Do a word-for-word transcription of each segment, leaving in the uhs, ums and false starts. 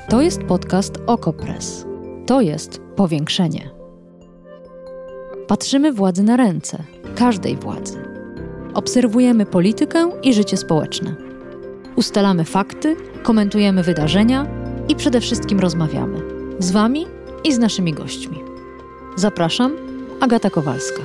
To jest podcast Okopres. To jest powiększenie. Patrzymy władzy na ręce, każdej władzy. Obserwujemy politykę i życie społeczne. Ustalamy fakty, komentujemy wydarzenia i przede wszystkim rozmawiamy. Z Wami i z naszymi gośćmi. Zapraszam, Agata Kowalska.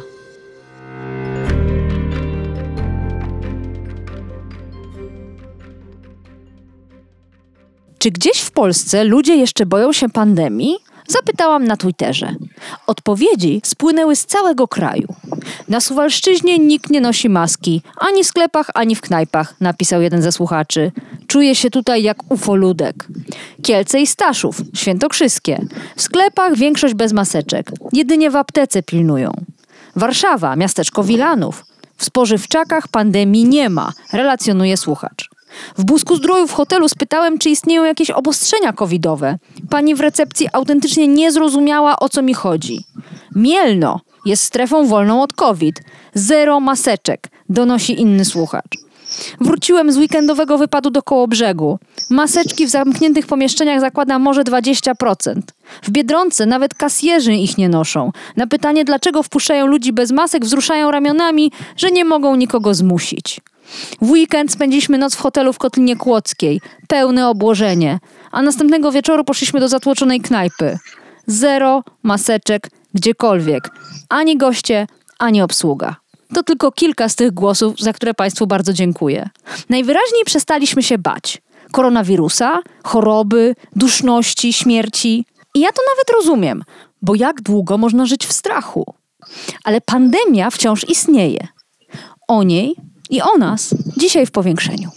Czy gdzieś w Polsce ludzie jeszcze boją się pandemii? Zapytałam na Twitterze. Odpowiedzi spłynęły z całego kraju. Na Suwalszczyźnie nikt nie nosi maski, ani w sklepach, ani w knajpach, napisał jeden ze słuchaczy. Czuję się tutaj jak ufoludek. Kielce i Staszów, świętokrzyskie. W sklepach większość bez maseczek. Jedynie w aptece pilnują. Warszawa, miasteczko Wilanów. W spożywczakach pandemii nie ma, relacjonuje słuchacz. W Busku-Zdroju w hotelu spytałem, czy istnieją jakieś obostrzenia covidowe. Pani w recepcji autentycznie nie zrozumiała, o co mi chodzi. Mielno jest strefą wolną od COVID. Zero maseczek, donosi inny słuchacz. Wróciłem z weekendowego wypadu do Kołobrzegu. Maseczki w zamkniętych pomieszczeniach zakłada może dwadzieścia procent. W Biedronce nawet kasjerzy ich nie noszą. Na pytanie, dlaczego wpuszczają ludzi bez masek, wzruszają ramionami, że nie mogą nikogo zmusić. W weekend spędziliśmy noc w hotelu w Kotlinie Kłodzkiej. Pełne obłożenie. A następnego wieczoru poszliśmy do zatłoczonej knajpy. Zero maseczek gdziekolwiek. Ani goście, ani obsługa. To tylko kilka z tych głosów, za które Państwu bardzo dziękuję. Najwyraźniej przestaliśmy się bać. Koronawirusa, choroby, duszności, śmierci. I ja to nawet rozumiem, bo jak długo można żyć w strachu? Ale pandemia wciąż istnieje. O niej i o nas dzisiaj w powiększeniu.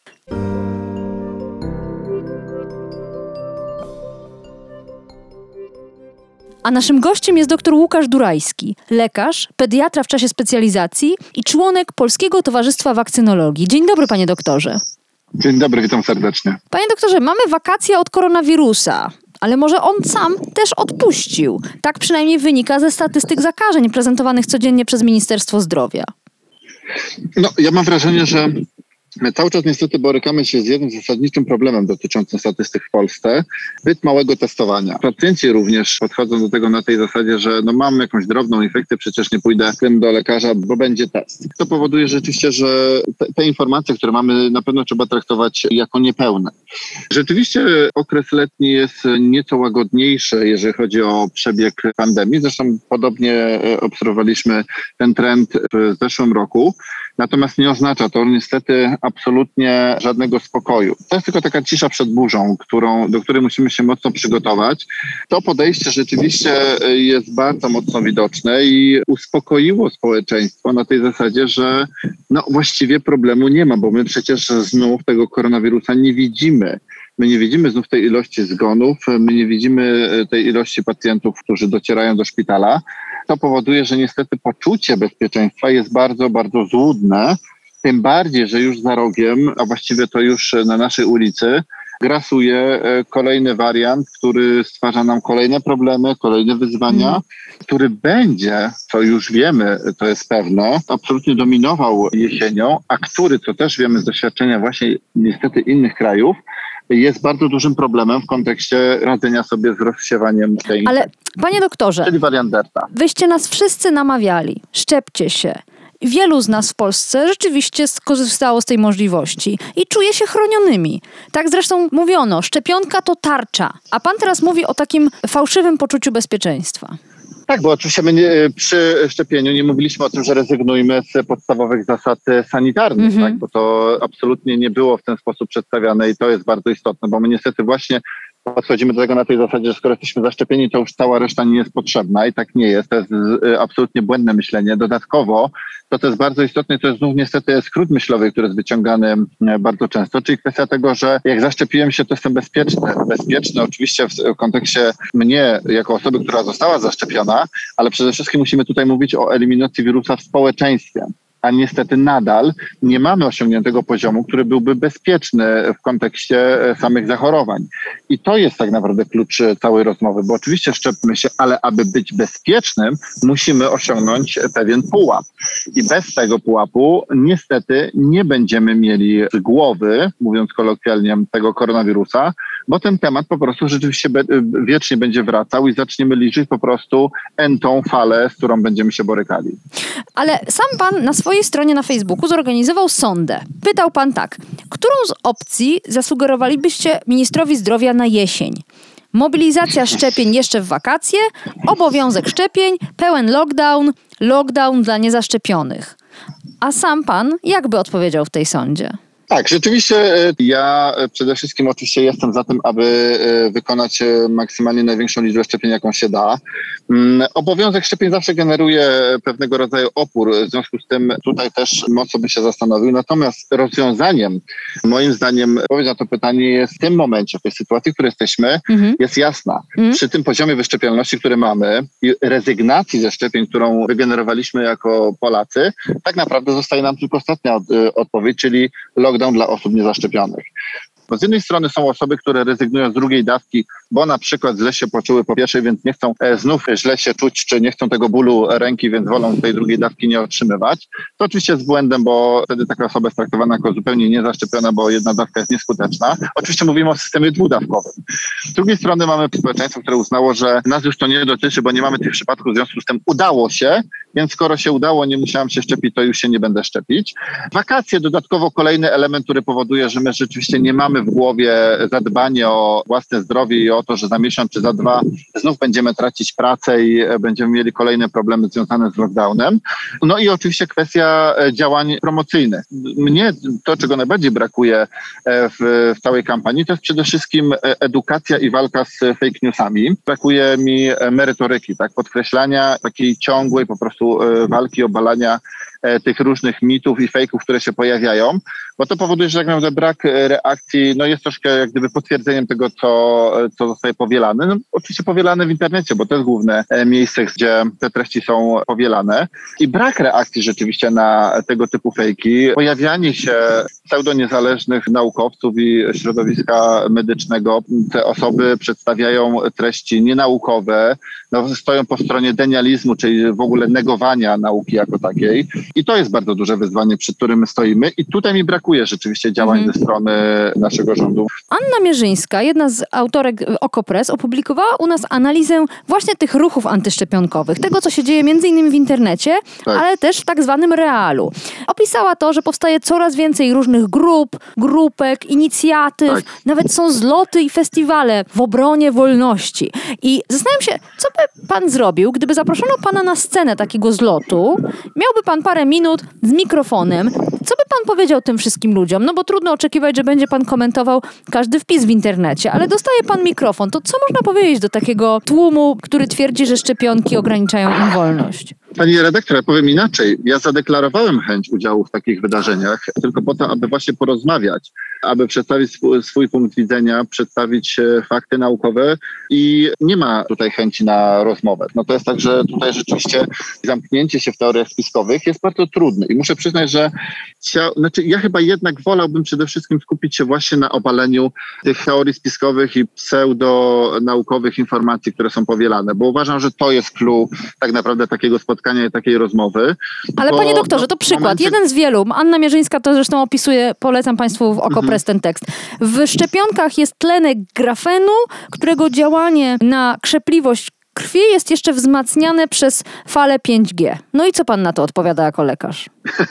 A naszym gościem jest dr Łukasz Durajski, lekarz, pediatra w czasie specjalizacji i członek Polskiego Towarzystwa Wakcynologii. Dzień dobry, panie doktorze. Dzień dobry, witam serdecznie. Panie doktorze, mamy wakacje od koronawirusa, ale może on sam też odpuścił. Tak przynajmniej wynika ze statystyk zakażeń prezentowanych codziennie przez Ministerstwo Zdrowia. No, ja mam wrażenie, że my cały czas niestety borykamy się z jednym zasadniczym problemem dotyczącym statystyk w Polsce. Zbyt małego testowania. Pacjenci również podchodzą do tego na tej zasadzie, że no mam jakąś drobną infekcję, przecież nie pójdę z tym do lekarza, bo będzie test. To powoduje rzeczywiście, że te, te informacje, które mamy, na pewno trzeba traktować jako niepełne. Rzeczywiście okres letni jest nieco łagodniejszy, jeżeli chodzi o przebieg pandemii. Zresztą podobnie obserwowaliśmy ten trend w zeszłym roku. Natomiast nie oznacza to niestety absolutnie żadnego spokoju. To jest tylko taka cisza przed burzą, którą, do której musimy się mocno przygotować. To podejście rzeczywiście jest bardzo mocno widoczne i uspokoiło społeczeństwo na tej zasadzie, że no właściwie problemu nie ma, bo my przecież znów tego koronawirusa nie widzimy. My nie widzimy znów tej ilości zgonów, my nie widzimy tej ilości pacjentów, którzy docierają do szpitala. To powoduje, że niestety poczucie bezpieczeństwa jest bardzo, bardzo złudne. Tym bardziej, że już za rogiem, a właściwie to już na naszej ulicy, grasuje kolejny wariant, który stwarza nam kolejne problemy, kolejne wyzwania, mm. który będzie, co już wiemy, to jest pewne, absolutnie dominował jesienią, a który, co też wiemy z doświadczenia właśnie niestety innych krajów, jest bardzo dużym problemem w kontekście radzenia sobie z rozsiewaniem tej infekcji. Ale panie doktorze, czyli wariant Delta. Wyście nas wszyscy namawiali, szczepcie się. Wielu z nas w Polsce rzeczywiście skorzystało z tej możliwości i czuje się chronionymi. Tak zresztą mówiono, szczepionka to tarcza, a pan teraz mówi o takim fałszywym poczuciu bezpieczeństwa. Tak, bo oczywiście my nie, przy szczepieniu nie mówiliśmy o tym, że rezygnujmy z podstawowych zasad sanitarnych, mm-hmm. tak? Bo to absolutnie nie było w ten sposób przedstawiane i to jest bardzo istotne, bo my niestety właśnie podchodzimy do tego na tej zasadzie, że skoro jesteśmy zaszczepieni, to już cała reszta nie jest potrzebna i tak nie jest. To jest absolutnie błędne myślenie. Dodatkowo to, co jest bardzo istotne, to jest znów niestety skrót myślowy, który jest wyciągany bardzo często, czyli kwestia tego, że jak zaszczepiłem się, to jestem bezpieczny. Bezpieczny oczywiście w kontekście mnie, jako osoby, która została zaszczepiona, ale przede wszystkim musimy tutaj mówić o eliminacji wirusa w społeczeństwie. A niestety nadal nie mamy osiągniętego poziomu, który byłby bezpieczny w kontekście samych zachorowań. I to jest tak naprawdę klucz całej rozmowy, bo oczywiście szczepmy się, ale aby być bezpiecznym, musimy osiągnąć pewien pułap. I bez tego pułapu niestety nie będziemy mieli z głowy, mówiąc kolokwialnie, tego koronawirusa, bo ten temat po prostu rzeczywiście be, wiecznie będzie wracał i zaczniemy liczyć po prostu entą falę, z którą będziemy się borykali. Ale sam pan na swojej stronie na Facebooku zorganizował sondę. Pytał pan tak, którą z opcji zasugerowalibyście ministrowi zdrowia na jesień? Mobilizacja szczepień jeszcze w wakacje, obowiązek szczepień, pełen lockdown, lockdown dla niezaszczepionych. A sam pan jakby odpowiedział w tej sondzie? Tak, rzeczywiście ja przede wszystkim oczywiście jestem za tym, aby wykonać maksymalnie największą liczbę szczepień, jaką się da. Obowiązek szczepień zawsze generuje pewnego rodzaju opór, w związku z tym tutaj też mocno bym się zastanowił. Natomiast rozwiązaniem, moim zdaniem, odpowiedź na to pytanie jest w tym momencie, w tej sytuacji, w której jesteśmy, mhm. jest jasna. Mhm. Przy tym poziomie wyszczepialności, który mamy i rezygnacji ze szczepień, którą wygenerowaliśmy jako Polacy, tak naprawdę zostaje nam tylko ostatnia od, odpowiedź, czyli lockdown dla osób niezaszczepionych. Bo z jednej strony są osoby, które rezygnują z drugiej dawki, bo na przykład źle się poczuły po pierwszej, więc nie chcą e, znów źle się czuć, czy nie chcą tego bólu ręki, więc wolą tej drugiej dawki nie otrzymywać. To oczywiście jest błędem, bo wtedy taka osoba jest traktowana jako zupełnie niezaszczepiona, bo jedna dawka jest nieskuteczna. Oczywiście mówimy o systemie dwudawkowym. Z drugiej strony mamy społeczeństwo, które uznało, że nas już to nie dotyczy, bo nie mamy tych przypadków, w związku z tym udało się, więc skoro się udało, nie musiałam się szczepić, to już się nie będę szczepić. Wakacje dodatkowo kolejny element, który powoduje, że my rzeczywiście nie mamy w głowie zadbanie o własne zdrowie i o to, że za miesiąc czy za dwa znów będziemy tracić pracę i będziemy mieli kolejne problemy związane z lockdownem. No i oczywiście kwestia działań promocyjnych. Mnie to, czego najbardziej brakuje w, w całej kampanii, to jest przede wszystkim edukacja i walka z fake newsami. Brakuje mi merytoryki, tak, podkreślania takiej ciągłej po prostu walki, obalania tych różnych mitów i fejków, które się pojawiają, bo to powoduje, że tak naprawdę brak reakcji no jest troszkę jak gdyby potwierdzeniem tego, co, co zostaje powielane. No, oczywiście powielane w internecie, bo to jest główne miejsce, gdzie te treści są powielane. I brak reakcji rzeczywiście na tego typu fejki, pojawianie się pseudoniezależnych naukowców i środowiska medycznego. Te osoby przedstawiają treści nienaukowe, no, stoją po stronie denializmu, czyli w ogóle negowania nauki jako takiej. I to jest bardzo duże wyzwanie, przed którym my stoimy. I tutaj mi brakuje rzeczywiście działań mhm. ze strony naszego rządu. Anna Mierzyńska, jedna z autorek OKO.press, opublikowała u nas analizę właśnie tych ruchów antyszczepionkowych. Tego, co się dzieje między innymi w internecie, tak. ale też w tak zwanym realu. Opisała to, że powstaje coraz więcej różnych grup, grupek, inicjatyw. Tak. Nawet są zloty i festiwale w obronie wolności. I zastanawiam się, co by pan zrobił, gdyby zaproszono pana na scenę takiego zlotu, miałby pan parę minut z mikrofonem. Co by pan powiedział tym wszystkim ludziom? No bo trudno oczekiwać, że będzie pan komentował każdy wpis w internecie, ale dostaje pan mikrofon. To co można powiedzieć do takiego tłumu, który twierdzi, że szczepionki ograniczają im wolność? Pani redaktor, ja powiem inaczej. Ja zadeklarowałem chęć udziału w takich wydarzeniach tylko po to, aby właśnie porozmawiać, aby przedstawić swój, swój punkt widzenia, przedstawić fakty naukowe i nie ma tutaj chęci na rozmowę. No to jest tak, że tutaj rzeczywiście zamknięcie się w teoriach spiskowych jest bardzo trudne i muszę przyznać, że ja, znaczy ja chyba jednak wolałbym przede wszystkim skupić się właśnie na obaleniu tych teorii spiskowych i pseudonaukowych informacji, które są powielane, bo uważam, że to jest clue tak naprawdę takiego spotkania i takiej rozmowy. Ale bo, panie doktorze, to przykład, momencie... jeden z wielu. Anna Mierzyńska to zresztą opisuje, polecam państwu w OKO.press ten tekst. W szczepionkach jest tlenek grafenu, którego działanie na krzepliwość krwi jest jeszcze wzmacniane przez falę pięć G. No i co pan na to odpowiada jako lekarz?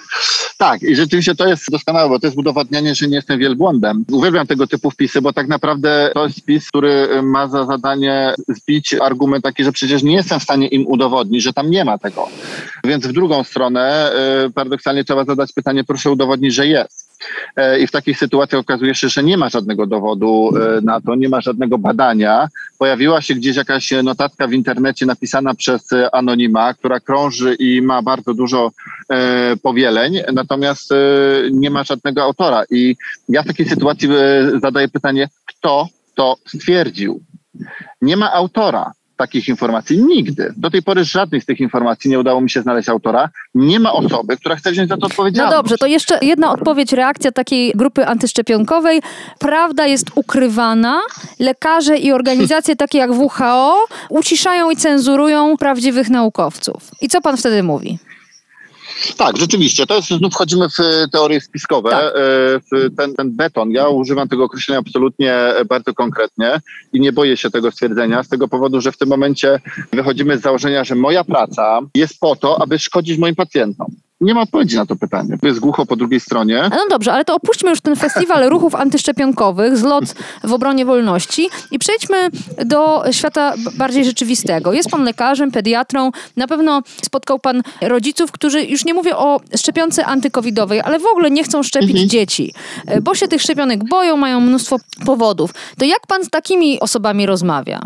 Tak, i rzeczywiście to jest doskonałe, bo to jest udowadnianie, że nie jestem wielbłądem. Uwielbiam tego typu wpisy, bo tak naprawdę to jest wpis, który ma za zadanie zbić argument taki, że przecież nie jestem w stanie im udowodnić, że tam nie ma tego. Więc w drugą stronę paradoksalnie trzeba zadać pytanie, proszę udowodnić, że jest. I w takich sytuacjach okazuje się, że nie ma żadnego dowodu na to, nie ma żadnego badania. Pojawiła się gdzieś jakaś notatka w internecie napisana przez anonima, która krąży i ma bardzo dużo e, powieleń, natomiast e, nie ma żadnego autora. I ja w takiej sytuacji e, zadaję pytanie, kto to stwierdził? Nie ma autora takich informacji. Nigdy. Do tej pory żadnej z tych informacji nie udało mi się znaleźć autora. Nie ma osoby, która chce wziąć za to odpowiedzialność. No dobrze, to jeszcze jedna odpowiedź, reakcja takiej grupy antyszczepionkowej. Prawda jest ukrywana. Lekarze i organizacje takie jak W H O uciszają i cenzurują prawdziwych naukowców. I co pan wtedy mówi? Tak, rzeczywiście. To jest, znów wchodzimy w teorie spiskowe. Tak. W ten, ten beton, ja używam tego określenia absolutnie bardzo konkretnie i nie boję się tego stwierdzenia z tego powodu, że w tym momencie wychodzimy z założenia, że moja praca jest po to, aby szkodzić moim pacjentom. Nie ma odpowiedzi na to pytanie. To jest głucho po drugiej stronie. No dobrze, ale to opuśćmy już ten festiwal ruchów antyszczepionkowych, zlot w obronie wolności i przejdźmy do świata bardziej rzeczywistego. Jest pan lekarzem, pediatrą, na pewno spotkał pan rodziców, którzy, już nie mówię o szczepionce antykowidowej, ale w ogóle nie chcą szczepić mhm. dzieci, bo się tych szczepionek boją, mają mnóstwo powodów. To jak pan z takimi osobami rozmawia?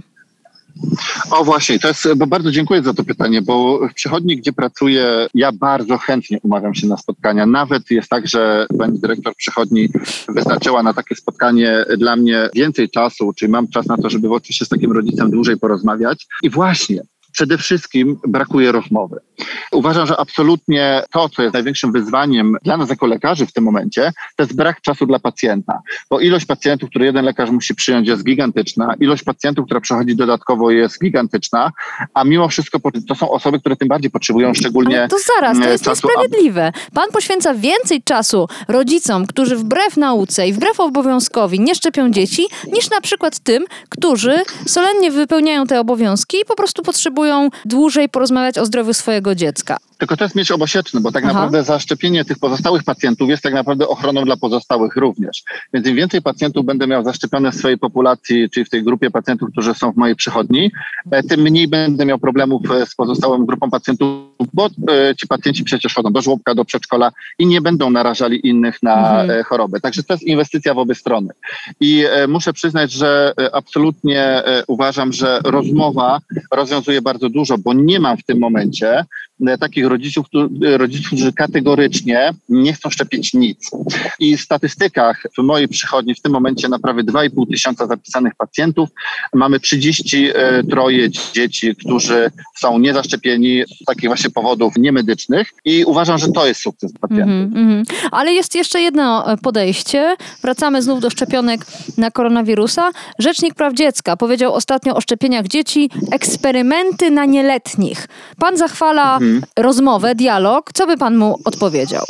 O właśnie, to jest, bo bardzo dziękuję za to pytanie, bo w przychodni, gdzie pracuję, ja bardzo chętnie umawiam się na spotkania. Nawet jest tak, że pani dyrektor przychodni wyznaczyła na takie spotkanie dla mnie więcej czasu, czyli mam czas na to, żeby oczywiście z takim rodzicem dłużej porozmawiać. I właśnie, przede wszystkim brakuje rozmowy. Uważam, że absolutnie to, co jest największym wyzwaniem dla nas jako lekarzy w tym momencie, to jest brak czasu dla pacjenta. Bo ilość pacjentów, które jeden lekarz musi przyjąć, jest gigantyczna. Ilość pacjentów, która przychodzi dodatkowo, jest gigantyczna, a mimo wszystko to są osoby, które tym bardziej potrzebują szczególnie. Ale to zaraz, to jest czasu, niesprawiedliwe. Pan poświęca więcej czasu rodzicom, którzy wbrew nauce i wbrew obowiązkowi nie szczepią dzieci, niż na przykład tym, którzy solennie wypełniają te obowiązki i po prostu potrzebują dłużej porozmawiać o zdrowiu swojego dziecka. Tylko to jest miecz obosieczny, bo tak Aha. naprawdę zaszczepienie tych pozostałych pacjentów jest tak naprawdę ochroną dla pozostałych również. Więc im więcej pacjentów będę miał zaszczepione w swojej populacji, czyli w tej grupie pacjentów, którzy są w mojej przychodni, tym mniej będę miał problemów z pozostałą grupą pacjentów, bo ci pacjenci przecież chodzą do żłobka, do przedszkola i nie będą narażali innych na mhm. choroby. Także to jest inwestycja w obie strony. I muszę przyznać, że absolutnie uważam, że rozmowa rozwiązuje bardzo dużo, bo nie mam w tym momencie takich rodziców, rodziców, którzy kategorycznie nie chcą szczepić nic. I w statystykach w mojej przychodni w tym momencie na prawie dwa i pół tysiąca zapisanych pacjentów mamy trzydzieści trzy dzieci, którzy są niezaszczepieni z takich właśnie powodów niemedycznych i uważam, że to jest sukces pacjentów. Mm-hmm, mm-hmm. Ale jest jeszcze jedno podejście. Wracamy znów do szczepionek na koronawirusa. Rzecznik Praw Dziecka powiedział ostatnio o szczepieniach dzieci eksperymenty na nieletnich. Pan zachwala mm-hmm. rozmowę, dialog. Co by pan mu odpowiedział?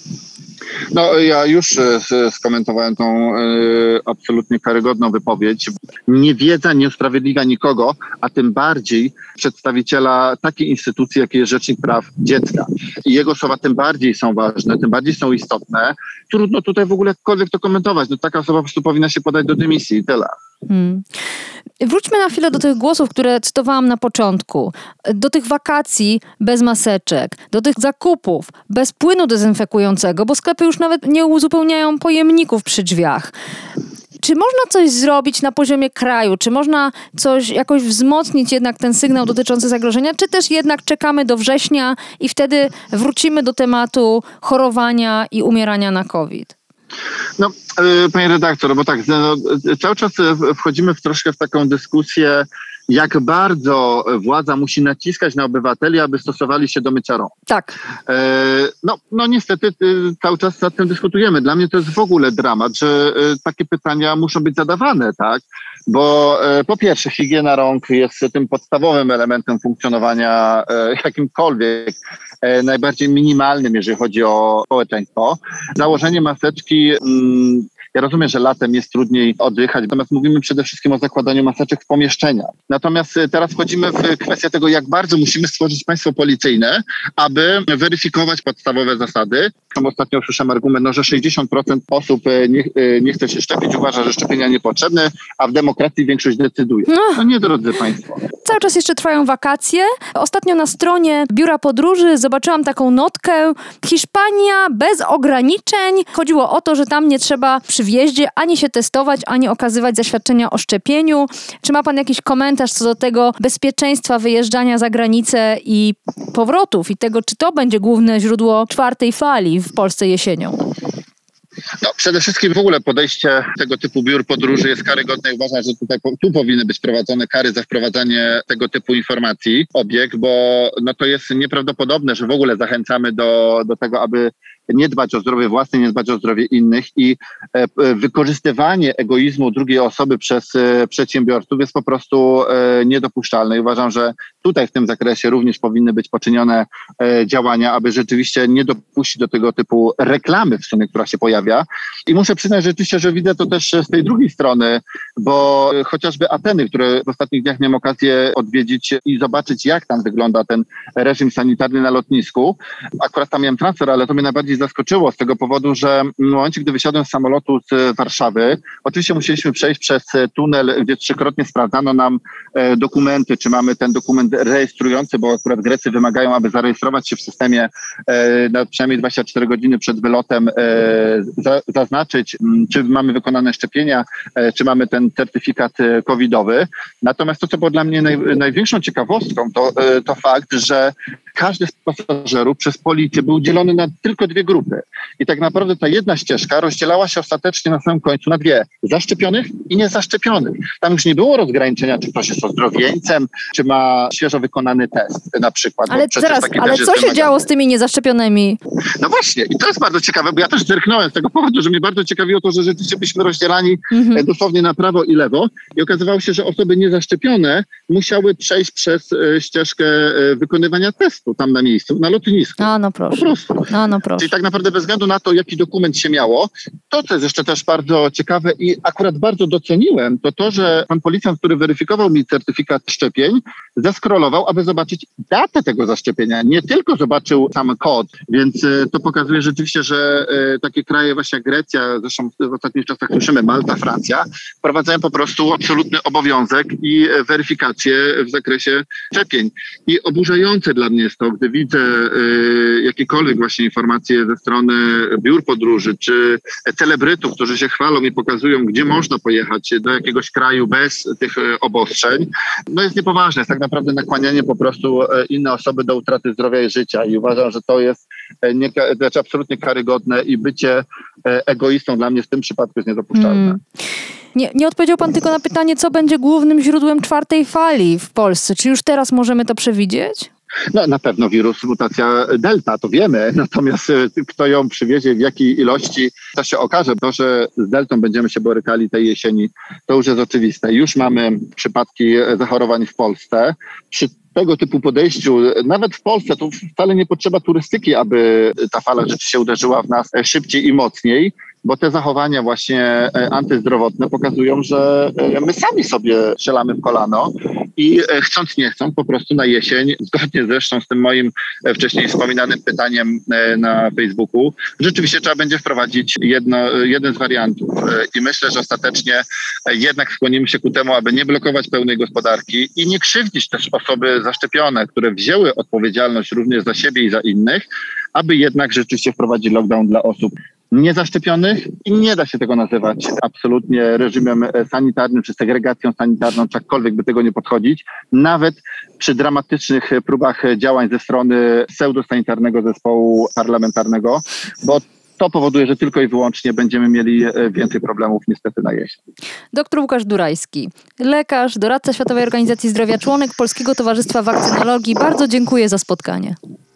No, ja już e, skomentowałem tą e, absolutnie karygodną wypowiedź. Niewiedza nie usprawiedliwia nikogo, a tym bardziej przedstawiciela takiej instytucji, jakiej jest Rzecznik Praw Dziecka. I jego słowa tym bardziej są ważne, tym bardziej są istotne. Trudno tutaj w ogóle jakkolwiek to komentować. No, taka osoba po prostu powinna się podać do dymisji i tyle. Hmm. Wróćmy na chwilę do tych głosów, które cytowałam na początku. Do tych wakacji bez maseczek, do tych zakupów bez płynu dezynfekującego, bo sklepy już nawet nie uzupełniają pojemników przy drzwiach. Czy można coś zrobić na poziomie kraju? Czy można coś jakoś wzmocnić jednak ten sygnał dotyczący zagrożenia? Czy też jednak czekamy do września i wtedy wrócimy do tematu chorowania i umierania na COVID? No, panie redaktor, bo tak, no, cały czas wchodzimy w troszkę w taką dyskusję, jak bardzo władza musi naciskać na obywateli, aby stosowali się do mycia rąk. Tak. No, no niestety cały czas nad tym dyskutujemy. Dla mnie to jest w ogóle dramat, że takie pytania muszą być zadawane, tak? Bo po pierwsze higiena rąk jest tym podstawowym elementem funkcjonowania jakimkolwiek najbardziej minimalnym, jeżeli chodzi o społeczeństwo. Założenie maseczki... Mm, Ja rozumiem, że latem jest trudniej oddychać, natomiast mówimy przede wszystkim o zakładaniu maseczek w pomieszczeniach. Natomiast teraz wchodzimy w kwestię tego, jak bardzo musimy stworzyć państwo policyjne, aby weryfikować podstawowe zasady. Ostatnio usłyszałem argument, no, że sześćdziesiąt procent osób nie, nie chce się szczepić, uważa, że szczepienia niepotrzebne, a w demokracji większość decyduje. No nie, drodzy państwo. Cały czas jeszcze trwają wakacje. Ostatnio na stronie Biura Podróży zobaczyłam taką notkę. Hiszpania bez ograniczeń. Chodziło o to, że tam nie trzeba przy wjeździe ani się testować, ani okazywać zaświadczenia o szczepieniu. Czy ma pan jakiś komentarz co do tego bezpieczeństwa wyjeżdżania za granicę i powrotów i tego, czy to będzie główne źródło czwartej fali w Polsce jesienią? No, przede wszystkim w ogóle podejście tego typu biur podróży jest karygodne i uważam, że tutaj, tu powinny być prowadzone kary za wprowadzanie tego typu informacji, obieg, bo no, to jest nieprawdopodobne, że w ogóle zachęcamy do, do tego, aby nie dbać o zdrowie własne, nie dbać o zdrowie innych i wykorzystywanie egoizmu drugiej osoby przez przedsiębiorców jest po prostu niedopuszczalne. I uważam, że tutaj w tym zakresie również powinny być poczynione działania, aby rzeczywiście nie dopuścić do tego typu reklamy w sumie, która się pojawia. I muszę przyznać rzeczywiście, że widzę to też z tej drugiej strony, bo chociażby Ateny, które w ostatnich dniach miałem okazję odwiedzić i zobaczyć, jak tam wygląda ten reżim sanitarny na lotnisku. Akurat tam miałem transfer, ale to mnie najbardziej zaskoczyło z tego powodu, że w momencie, gdy wysiadłem z samolotu z Warszawy, oczywiście musieliśmy przejść przez tunel, gdzie trzykrotnie sprawdzano nam e, dokumenty, czy mamy ten dokument rejestrujący, bo akurat Grecy wymagają, aby zarejestrować się w systemie e, na przynajmniej dwadzieścia cztery godziny przed wylotem, e, za, zaznaczyć, m, czy mamy wykonane szczepienia, e, czy mamy ten certyfikat e, covidowy. Natomiast to, co było dla mnie naj, największą ciekawostką, to, e, to fakt, że każdy z pasażerów przez policję był dzielony na tylko dwie grupy. I tak naprawdę ta jedna ścieżka rozdzielała się ostatecznie na samym końcu na dwie. Zaszczepionych i niezaszczepionych. Tam już nie było rozgraniczenia, czy ktoś jest ozdrowieńcem, czy ma świeżo wykonany test na przykład. Ale zaraz, ale co się działo z tymi niezaszczepionymi? No właśnie, i to jest bardzo ciekawe, bo ja też zerknąłem z tego powodu, że mnie bardzo ciekawiło to, że rzeczywiście byliśmy rozdzielani mhm. dosłownie na prawo i lewo i okazywało się, że osoby niezaszczepione musiały przejść przez e, ścieżkę e, wykonywania testu tam na miejscu, na lotnisku. A no proszę. Po prostu. A no proszę. Czyli tak naprawdę bez względu na to, jaki dokument się miało, to co jest jeszcze też bardzo ciekawe i akurat bardzo doceniłem, to to, że pan policjant, który weryfikował mi certyfikat szczepień, zaskrolował, aby zobaczyć datę tego zaszczepienia. Nie tylko zobaczył sam kod, więc y, to pokazuje rzeczywiście, że y, takie kraje właśnie jak Grecja, zresztą w ostatnich czasach słyszymy Malta, Francja, wprowadzają po prostu absolutny obowiązek i y, weryfikację w zakresie szczepień. I oburzające dla mnie jest to, gdy widzę y, jakiekolwiek właśnie informacje ze strony biur podróży, czy celebrytów, którzy się chwalą i pokazują, gdzie można pojechać do jakiegoś kraju bez tych y, obostrzeń, no jest niepoważne. Jest tak naprawdę nakłanianie po prostu y, inne osoby do utraty zdrowia i życia i uważam, że to jest y, nie, znaczy absolutnie karygodne i bycie y, egoistą dla mnie w tym przypadku jest niedopuszczalne. Hmm. Nie, nie odpowiedział pan tylko na pytanie, co będzie głównym źródłem czwartej fali w Polsce. Czy już teraz możemy to przewidzieć? No na pewno wirus, mutacja delta, to wiemy, natomiast kto ją przywiezie, w jakiej ilości, to się okaże. To, że z deltą będziemy się borykali tej jesieni, to już jest oczywiste. Już mamy przypadki zachorowań w Polsce. Przy tego typu podejściu, nawet w Polsce, to wcale nie potrzeba turystyki, aby ta fala rzeczywiście uderzyła w nas szybciej i mocniej, bo te zachowania właśnie antyzdrowotne pokazują, że my sami sobie strzelamy w kolano i chcąc nie chcąc po prostu na jesień, zgodnie zresztą z tym moim wcześniej wspominanym pytaniem na Facebooku, rzeczywiście trzeba będzie wprowadzić jedno, jeden z wariantów i myślę, że ostatecznie jednak skłonimy się ku temu, aby nie blokować pełnej gospodarki i nie krzywdzić też osoby zaszczepione, które wzięły odpowiedzialność również za siebie i za innych, aby jednak rzeczywiście wprowadzić lockdown dla osób niezaszczepionych i nie da się tego nazywać absolutnie reżimem sanitarnym czy segregacją sanitarną, czy jakkolwiek by tego nie podchodzić, nawet przy dramatycznych próbach działań ze strony pseudosanitarnego zespołu parlamentarnego, bo to powoduje, że tylko i wyłącznie będziemy mieli więcej problemów niestety na jesień. Doktor Łukasz Durajski, lekarz, doradca Światowej Organizacji Zdrowia, członek Polskiego Towarzystwa Wakcynologii. Bardzo dziękuję za spotkanie.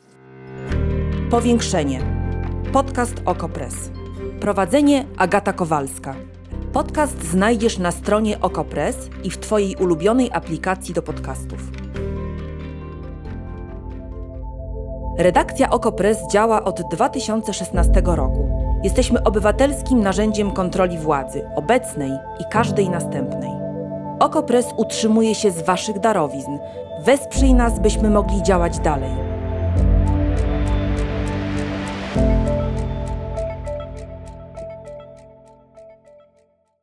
Powiększenie. Podcast OKO.press. Prowadzenie Agata Kowalska. Podcast znajdziesz na stronie OKO.press i w Twojej ulubionej aplikacji do podcastów. Redakcja OKO.press działa od dwa tysiące szesnastego roku. Jesteśmy obywatelskim narzędziem kontroli władzy, obecnej i każdej następnej. OKO.press utrzymuje się z Waszych darowizn. Wesprzyj nas, byśmy mogli działać dalej.